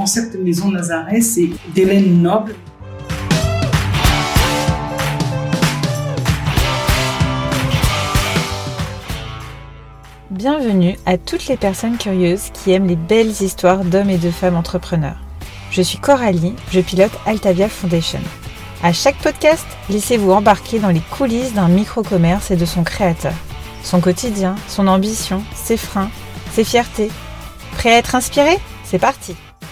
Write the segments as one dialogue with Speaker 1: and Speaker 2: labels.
Speaker 1: concept de Maison Nazaré, c'est des laines nobles.
Speaker 2: Bienvenue à toutes les personnes curieuses qui aiment les belles histoires d'hommes et de femmes entrepreneurs. Je suis Coralie, je pilote Altavia Foundation. À chaque podcast, laissez-vous embarquer dans les coulisses d'un micro-commerce et de son créateur. Son quotidien, son ambition, ses freins, ses fiertés. Prêt à être inspiré ? C'est parti !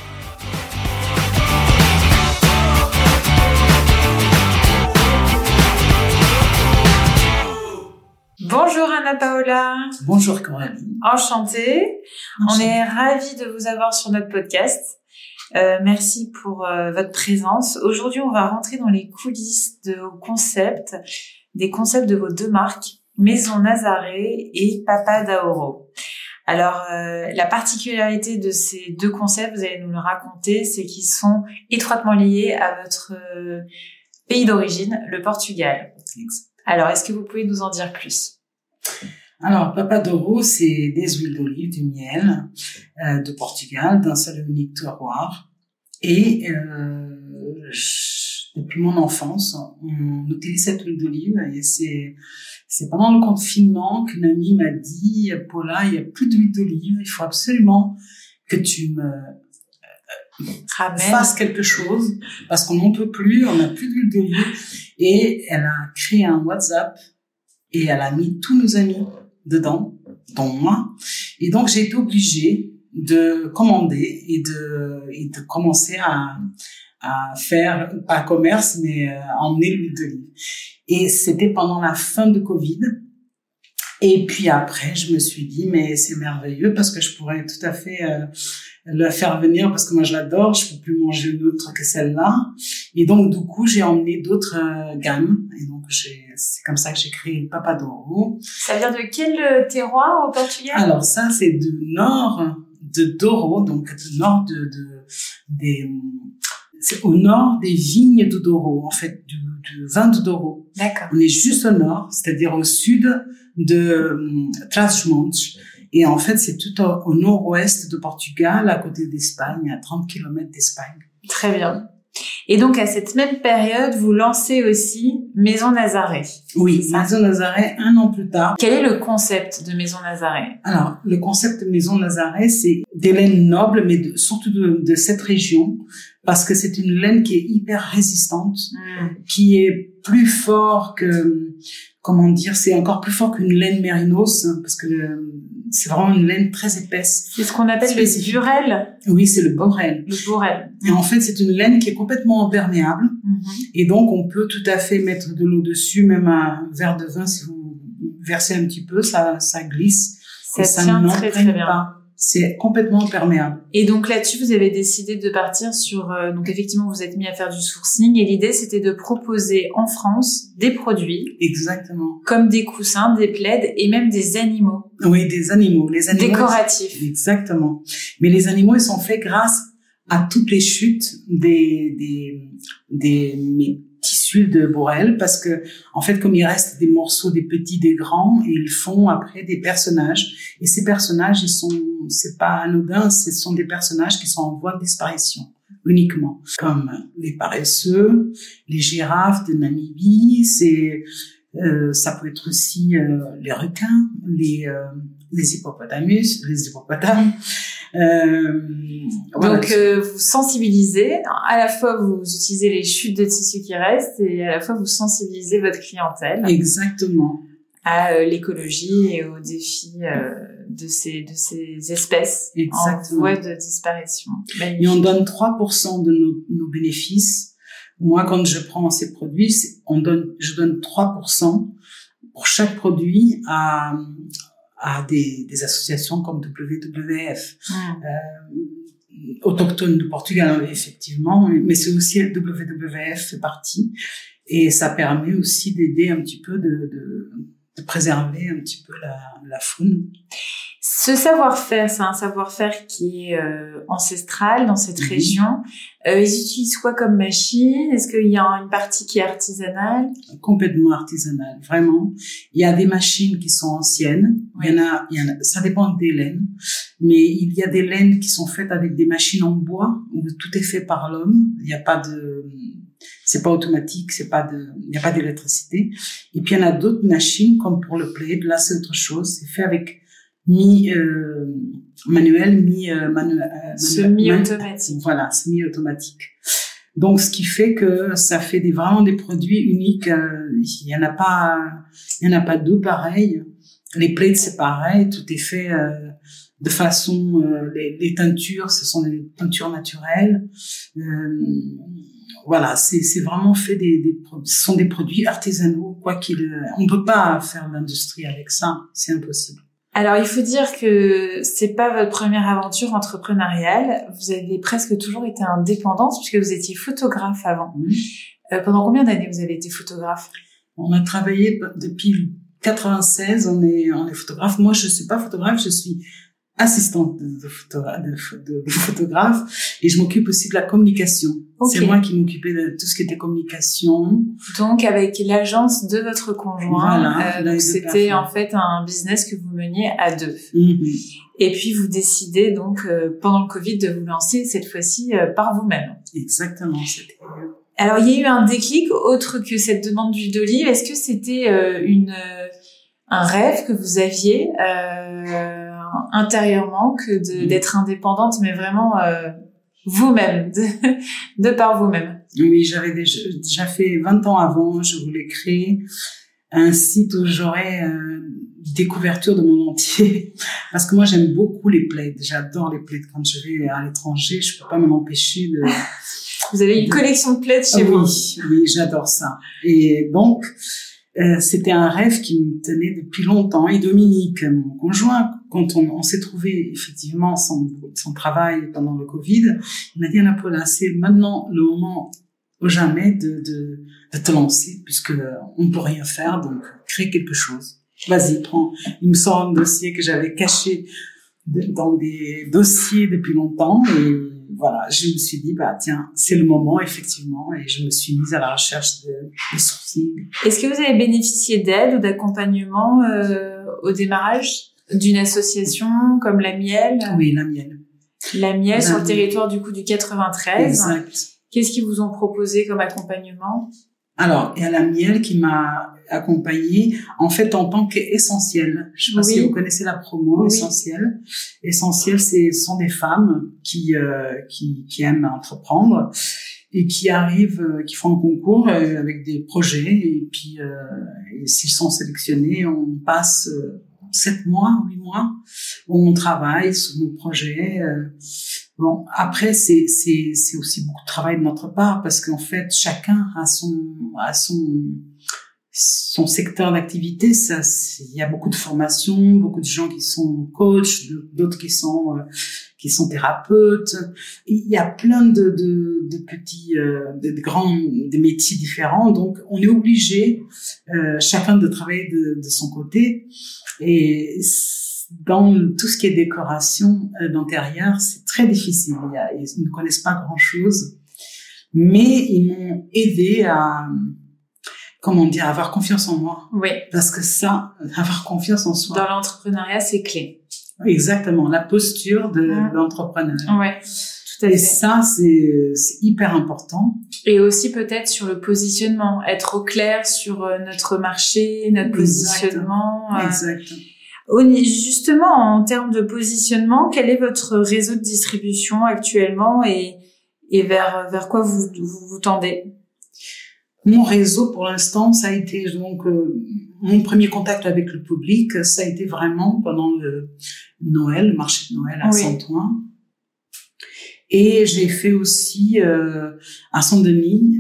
Speaker 2: Bonjour Anna Paola.
Speaker 1: Bonjour Coralie.
Speaker 2: Enchantée. On est ravis de vous avoir sur notre podcast. Merci pour votre présence. Aujourd'hui, on va rentrer dans les coulisses de vos concepts, des concepts de vos deux marques, Maison Nazaré et Papa d'Aoro. Alors, la particularité de ces deux concepts, vous allez nous le raconter, c'est qu'ils sont étroitement liés à votre pays d'origine, le Portugal. Alors, est-ce que vous pouvez nous en dire plus ?
Speaker 1: Alors, Papa d'Aoro, c'est des huiles d'olive, du miel de Portugal, d'un seul et unique terroir. Et depuis mon enfance, on utilise cette huile d'olive. Et c'est pendant le confinement qu'une amie m'a dit « Paula, il n'y a plus d'huile d'olive, il faut absolument que tu me fasses quelque chose parce qu'on n'en peut plus, on n'a plus d'huile d'olive. » Et elle a créé un WhatsApp et elle a mis tous nos amis dedans, dont moi. Et donc, j'ai été obligée de commander et de commencer à faire, pas commerce, mais emmener l'huile d'olive. Et c'était pendant la fin de Covid. Et puis après, je me suis dit, mais c'est merveilleux parce que je pourrais tout à fait le faire venir parce que moi je l'adore, je peux plus manger une autre que celle-là. Et donc du coup, j'ai emmené d'autres gammes. Et donc c'est comme ça que j'ai créé Papa d'Aoro.
Speaker 2: Ça vient de quel terroir au Portugal ?
Speaker 1: Alors ça, c'est du nord de Douro, donc du nord c'est au nord des vignes de Douro, en fait, du vin de Douro.
Speaker 2: D'accord.
Speaker 1: On est juste au nord, c'est-à-dire au sud de Trás-os-Montes. Et en fait, c'est tout au nord-ouest de Portugal, à côté d'Espagne, à 30 km d'Espagne.
Speaker 2: Très bien. Et donc, à cette même période, vous lancez aussi Maison Nazaré.
Speaker 1: Oui, Maison Nazaré, 1 an plus tard.
Speaker 2: Quel est le concept de Maison Nazaré ?
Speaker 1: Alors, le concept de Maison Nazaré, c'est des laines nobles, mais surtout de cette région, parce que c'est une laine qui est hyper résistante, qui est plus fort que, comment dire, c'est encore plus fort qu'une laine mérinos, parce que c'est vraiment une laine très épaisse.
Speaker 2: C'est ce qu'on appelle le burrel.
Speaker 1: Oui, c'est le burel.
Speaker 2: Le burel.
Speaker 1: Et en fait, c'est une laine qui est complètement imperméable. Et donc, on peut tout à fait mettre de l'eau dessus, même un verre de vin, si vous versez un petit peu, ça glisse.
Speaker 2: Ça tient très, très bien.
Speaker 1: Pas. C'est complètement imperméable.
Speaker 2: Et donc là-dessus, vous avez décidé de partir sur... donc effectivement, vous êtes mis à faire du sourcing et l'idée, c'était de proposer en France des produits.
Speaker 1: Exactement.
Speaker 2: Comme des coussins, des plaids et même des animaux.
Speaker 1: Oui, des animaux. Les animaux
Speaker 2: décoratifs.
Speaker 1: Exactement. Mais les animaux, ils sont faits grâce à toutes les chutes des tissus de burel, parce que en fait, comme il reste des morceaux, des petits, des grands, ils font après des personnages. Et ces personnages, c'est pas anodin, ce sont des personnages qui sont en voie de disparition uniquement, comme les paresseux, les girafes de Namibie. Ça peut être aussi les requins, les hippopotames. Voilà.
Speaker 2: Donc, vous sensibilisez, à la fois vous utilisez les chutes de tissus qui restent et à la fois vous sensibilisez votre clientèle.
Speaker 1: Exactement.
Speaker 2: À l'écologie et aux défis de ces espèces
Speaker 1: Exactement.
Speaker 2: En voie de disparition. Magnifique.
Speaker 1: Et on donne 3% de nos bénéfices. Moi, quand je prends ces produits, je donne 3% pour chaque produit à des associations comme WWF, autochtones de Portugal, effectivement, mais c'est aussi WWF fait partie, et ça permet aussi d'aider un petit peu de préserver un petit peu la faune.
Speaker 2: Ce savoir-faire, c'est un savoir-faire qui est ancestral dans cette région. Ils utilisent quoi comme machine? Est-ce qu'il y a une partie qui est artisanale?
Speaker 1: Complètement artisanale, vraiment. Il y a des machines qui sont anciennes.
Speaker 2: Oui.
Speaker 1: Il y en a, ça dépend des laines. Mais il y a des laines qui sont faites avec des machines en bois où tout est fait par l'homme. Il n'y a pas c'est pas automatique, il n'y a pas d'électricité. Et puis il y en a d'autres machines comme pour le plaid. Là, c'est autre chose. C'est fait avec manuel,
Speaker 2: semi-automatique.
Speaker 1: Voilà, semi-automatique. Donc, ce qui fait que ça fait vraiment des produits uniques. Il y en a pas deux pareils. Les plaids, c'est pareil. Tout est fait de façon. Les teintures, ce sont des teintures naturelles. Voilà, c'est vraiment fait ce sont des produits artisanaux. On peut pas faire de l'industrie avec ça. C'est impossible.
Speaker 2: Alors, il faut dire que c'est pas votre première aventure entrepreneuriale. Vous avez presque toujours été indépendante puisque vous étiez photographe avant. Pendant combien d'années vous avez été photographe?
Speaker 1: On a travaillé depuis 96. On est photographe. Moi, je suis pas photographe. Je suis assistante de photographe et je m'occupe aussi de la communication. Okay. C'est moi qui m'occupais de tout ce qui était communication.
Speaker 2: Donc avec l'agence de votre conjoint, voilà, donc c'était en fait un business que vous meniez à deux. Et puis vous décidez donc pendant le Covid de vous lancer cette fois-ci par vous-même.
Speaker 1: Exactement.
Speaker 2: Alors il y a eu un déclic autre que cette demande d'huile d'olive. Est-ce que c'était un rêve que vous aviez intérieurement que d'être indépendante, mais vraiment vous-même, de par vous-même?
Speaker 1: Oui, j'avais déjà fait 20 ans avant, je voulais créer un site où j'aurais des couvertures de monde entier, parce que moi j'aime beaucoup les plaids, j'adore les plaids. Quand je vais à l'étranger, je peux pas m'empêcher de...
Speaker 2: Vous avez une collection de plaids chez vous?
Speaker 1: Oui, j'adore ça. Et donc, c'était un rêve qui me tenait depuis longtemps. Et Dominique, mon conjoint, quand on s'est trouvé effectivement sans travail pendant le Covid, il m'a dit, Anna Paula, c'est maintenant le moment ou jamais de te lancer, puisque on peut rien faire, donc crée quelque chose. Vas-y, prends. Il me sort un dossier que j'avais caché dans des dossiers depuis longtemps, et voilà, je me suis dit, tiens, c'est le moment, effectivement, et je me suis mise à la recherche de sourcing.
Speaker 2: Est-ce que vous avez bénéficié d'aide ou d'accompagnement au démarrage d'une association comme la Miel?
Speaker 1: Oui, la Miel.
Speaker 2: La Miel sur le territoire du 93.
Speaker 1: Exact.
Speaker 2: Qu'est-ce qu'ils vous ont proposé comme accompagnement?
Speaker 1: Alors, il y a la Miel qui m'a accompagnée, en fait, en tant qu'essentiel. Je sais pas si vous connaissez la promo, Essentiel. Essentiel, ce sont des femmes qui aiment entreprendre et qui qui font un concours avec des projets, et puis, et s'ils sont sélectionnés, on passe 7 mois, 8 mois, où on travaille sur nos projets. Bon, après, c'est aussi beaucoup de travail de notre part, parce qu'en fait, chacun a son secteur d'activité. Il y a beaucoup de formations, beaucoup de gens qui sont coachs, d'autres qui sont thérapeutes. Il y a plein de petits, de métiers différents. Donc, on est obligé, chacun de travailler de son côté. Et dans tout ce qui est décoration d'intérieur, c'est très difficile. Ils ne connaissent pas grand-chose, mais ils m'ont aidé à avoir confiance en moi.
Speaker 2: Oui.
Speaker 1: Parce que ça, avoir confiance en soi.
Speaker 2: Dans l'entrepreneuriat, c'est clé.
Speaker 1: Exactement, la posture de l'entrepreneur.
Speaker 2: Ouais, tout à fait.
Speaker 1: Et ça, c'est hyper important.
Speaker 2: Et aussi peut-être sur le positionnement, être au clair sur notre marché, notre positionnement.
Speaker 1: Exact.
Speaker 2: Justement, en termes de positionnement, quel est votre réseau de distribution actuellement et vers quoi vous tendez?
Speaker 1: Mon réseau, pour l'instant, ça a été donc mon premier contact avec le public, ça a été vraiment pendant le marché de Noël à Saint-Ouen. Et j'ai fait aussi à Saint-Denis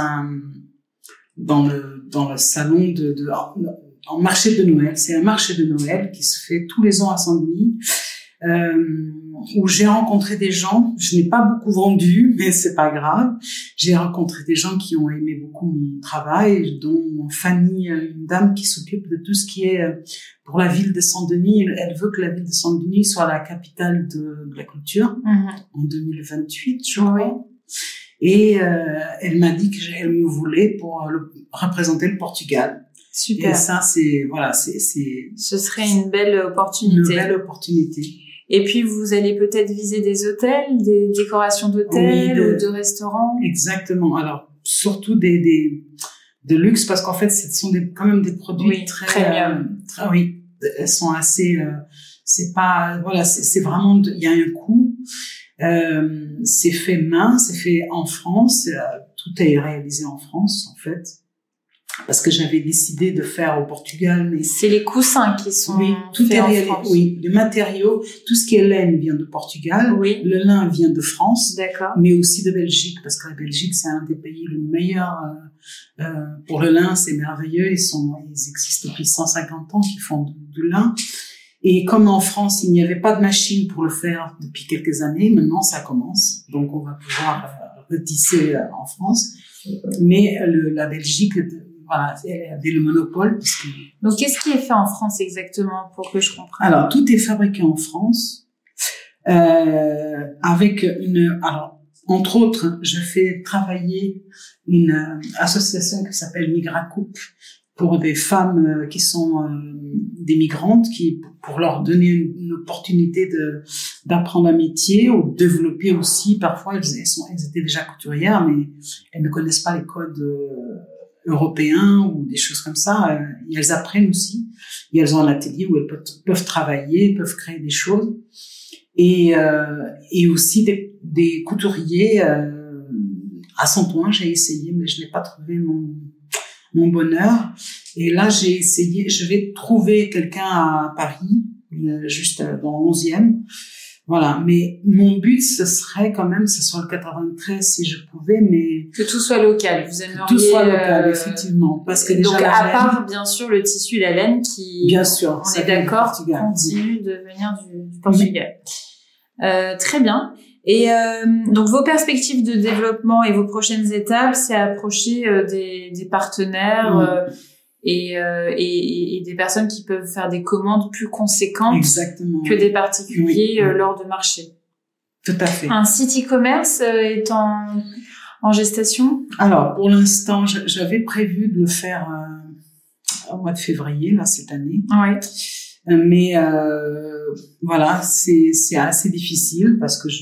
Speaker 1: dans le salon en marché de Noël. C'est un marché de Noël qui se fait tous les ans à Saint-Denis. où j'ai rencontré des gens. Je n'ai pas beaucoup vendu, mais c'est pas grave. J'ai rencontré des gens qui ont aimé beaucoup mon travail, dont Fanny, une dame qui s'occupe de tout ce qui est pour la ville de Saint-Denis. Elle veut que la ville de Saint-Denis soit la capitale de la culture en 2028, je crois. Oui. Et elle m'a dit qu'elle me voulait pour représenter le Portugal.
Speaker 2: Super.
Speaker 1: Et ça, c'est
Speaker 2: ce serait une belle opportunité.
Speaker 1: Une belle opportunité.
Speaker 2: Et puis, vous allez peut-être viser des hôtels, des décorations d'hôtels ou de restaurants.
Speaker 1: Exactement. Alors, surtout de luxe, parce qu'en fait, ce sont quand même des produits très
Speaker 2: premium.
Speaker 1: Oui, elles sont assez. C'est pas. Voilà, c'est vraiment. Il y a un coût. C'est fait main, c'est fait en France. Tout est réalisé en France, en fait. Parce que j'avais décidé de faire au Portugal, mais
Speaker 2: c'est les coussins qui sont
Speaker 1: tout
Speaker 2: faits
Speaker 1: est
Speaker 2: réalisé. En France.
Speaker 1: Oui, les matériaux, tout ce qui est laine vient de Portugal, le lin vient de France, mais aussi de Belgique, parce que la Belgique c'est un des pays le meilleur pour le lin, c'est merveilleux. Ils existent depuis 150 ans qu'ils font du lin. Et comme en France, il n'y avait pas de machine pour le faire depuis quelques années, maintenant ça commence, donc on va pouvoir retisser en France. Mais la Belgique, voilà, elle avait le monopole.
Speaker 2: Donc, qu'est-ce qui est fait en France exactement pour que je comprenne?
Speaker 1: Alors, tout est fabriqué en France, avec alors, entre autres, je fais travailler une association qui s'appelle Migracoupe pour des femmes qui sont des migrantes, pour leur donner une opportunité d'apprendre un métier ou de développer aussi. Parfois, elles étaient déjà couturières, mais elles ne connaissent pas les codes européens ou des choses comme ça. Et elles apprennent aussi. Et elles ont un atelier où elles peuvent travailler, peuvent créer des choses. Et aussi des couturiers à Saint-Ouen. J'ai essayé, mais je n'ai pas trouvé mon bonheur. Et là, j'ai essayé, je vais trouver quelqu'un à Paris, juste dans le 11e. Voilà. Mais mon but, ce serait quand même, ce soit le 93 si je pouvais, mais.
Speaker 2: Que tout soit local. Vous aimeriez.
Speaker 1: Que tout soit local, effectivement. Parce que déjà,
Speaker 2: donc, à part, bien sûr, le tissu, la laine qui.
Speaker 1: Bien sûr.
Speaker 2: On est d'accord, continue de venir du Portugal. Très bien. Et donc vos perspectives de développement et vos prochaines étapes, c'est approcher des partenaires et des personnes qui peuvent faire des commandes plus conséquentes que des particuliers lors de marchés.
Speaker 1: Tout à fait.
Speaker 2: Un site e-commerce est en gestation? Alors
Speaker 1: pour l'instant, j'avais prévu de le faire au mois de février là cette année.
Speaker 2: Oui.
Speaker 1: Mais voilà, c'est assez difficile parce que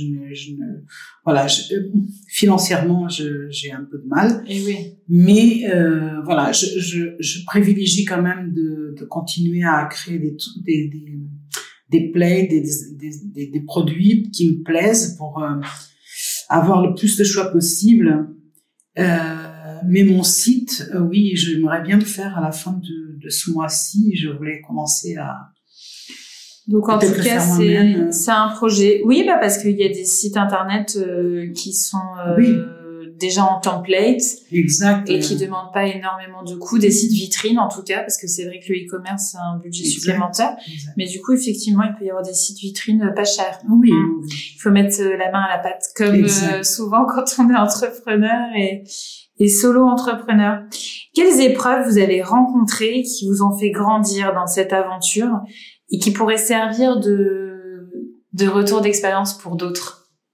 Speaker 1: financièrement j'ai un peu de mal.
Speaker 2: Et oui.
Speaker 1: Mais voilà, je privilégie quand même de continuer à créer des plays, des produits qui me plaisent pour avoir le plus de choix possible. Mais mon site, oui, j'aimerais bien le faire à la fin de ce mois-ci. Je voulais commencer à.
Speaker 2: Donc en tout cas, c'est un projet. Oui, parce qu'il y a des sites internet qui sont déjà en template.
Speaker 1: Exact.
Speaker 2: Et qui demandent pas énormément de coûts, des sites vitrines en tout cas, parce que c'est vrai que le e-commerce c'est un budget supplémentaire. Exact. Mais du coup, effectivement, il peut y avoir des sites vitrines pas chers.
Speaker 1: Oui.
Speaker 2: Il faut mettre la main à la pâte, comme souvent quand on est entrepreneur et solo-entrepreneur. Quelles épreuves vous avez rencontrées qui vous ont fait grandir dans cette aventure et qui pourraient servir de retour d'expérience pour d'autres?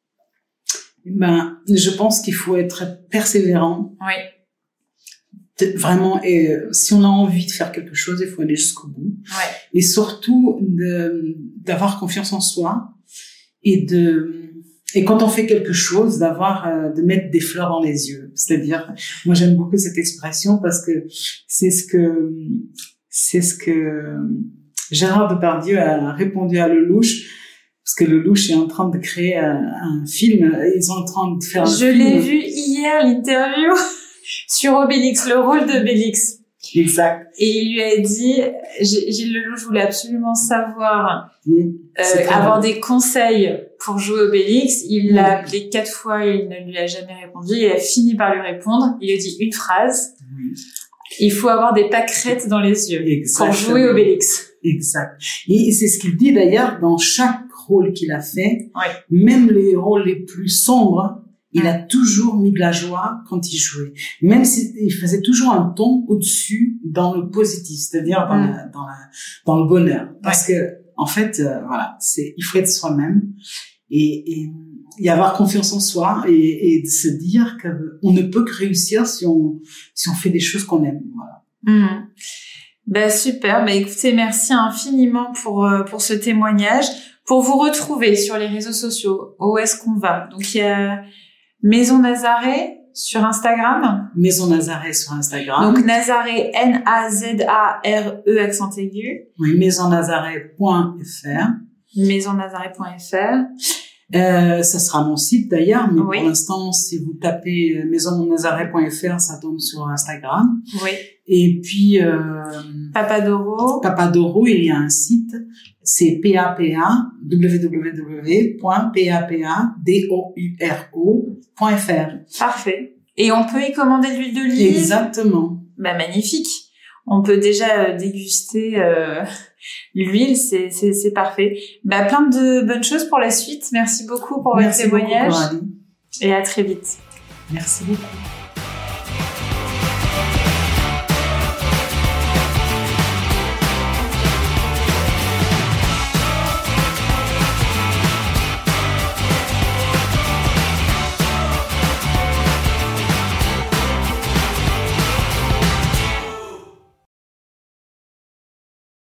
Speaker 1: Je pense qu'il faut être persévérant.
Speaker 2: Oui.
Speaker 1: Vraiment, et si on a envie de faire quelque chose, il faut aller jusqu'au bout.
Speaker 2: Ouais.
Speaker 1: Et surtout, d'avoir confiance en soi et quand on fait quelque chose, de mettre des fleurs dans les yeux. C'est-à-dire, moi j'aime beaucoup cette expression parce que c'est ce que Gérard Depardieu a répondu à Lelouch, parce que Lelouch est en train de créer un film, ils sont en train de faire un film.
Speaker 2: Je l'ai vu hier, l'interview sur Obélix, le rôle d'Obélix.
Speaker 1: Exact.
Speaker 2: Et il lui a dit, Gilles Lelouch voulait absolument savoir, avoir des conseils pour jouer Obélix. Il l'a appelé 4 fois, il ne lui a jamais répondu. Il a fini par lui répondre. Il lui a dit une phrase. Il faut avoir des pâquerettes dans les yeux. Exactement. Pour jouer Obélix.
Speaker 1: Exact. Et c'est ce qu'il dit d'ailleurs dans chaque rôles qu'il a fait,
Speaker 2: Ouais.
Speaker 1: même les rôles les plus sombres, il a toujours mis de la joie quand il jouait. Même s'il faisait toujours un ton au-dessus dans le positif, c'est-à-dire dans le bonheur. Parce que, en fait, voilà, il faut être soi-même et avoir confiance en soi et de se dire que on ne peut que réussir si on fait des choses qu'on aime. Voilà.
Speaker 2: Ben super. Ben écoutez, merci infiniment pour ce témoignage. Pour vous retrouver sur les réseaux sociaux, où est-ce qu'on va? Donc il y a Maison Nazaré sur Instagram.
Speaker 1: Maison Nazaré sur Instagram.
Speaker 2: Donc Nazaré, Nazare accent aigu.
Speaker 1: Oui, maisonnazaré.fr.
Speaker 2: Maisonnazaré.fr.
Speaker 1: Ça sera mon site d'ailleurs, mais
Speaker 2: oui.
Speaker 1: Pour l'instant, si vous tapez maisonnazaré.fr, ça tombe sur Instagram.
Speaker 2: Oui.
Speaker 1: Et puis
Speaker 2: Papadoro,
Speaker 1: il y a un site, c'est www.papadoro.fr.
Speaker 2: Parfait. Et on peut y commander de l'huile d'olive.
Speaker 1: Exactement.
Speaker 2: Bah magnifique. On peut déjà déguster l'huile, c'est parfait. Bah plein de bonnes choses pour la suite. Merci beaucoup pour votre témoignage.
Speaker 1: Merci beaucoup, Coralie.
Speaker 2: Et à très vite.
Speaker 1: Merci beaucoup.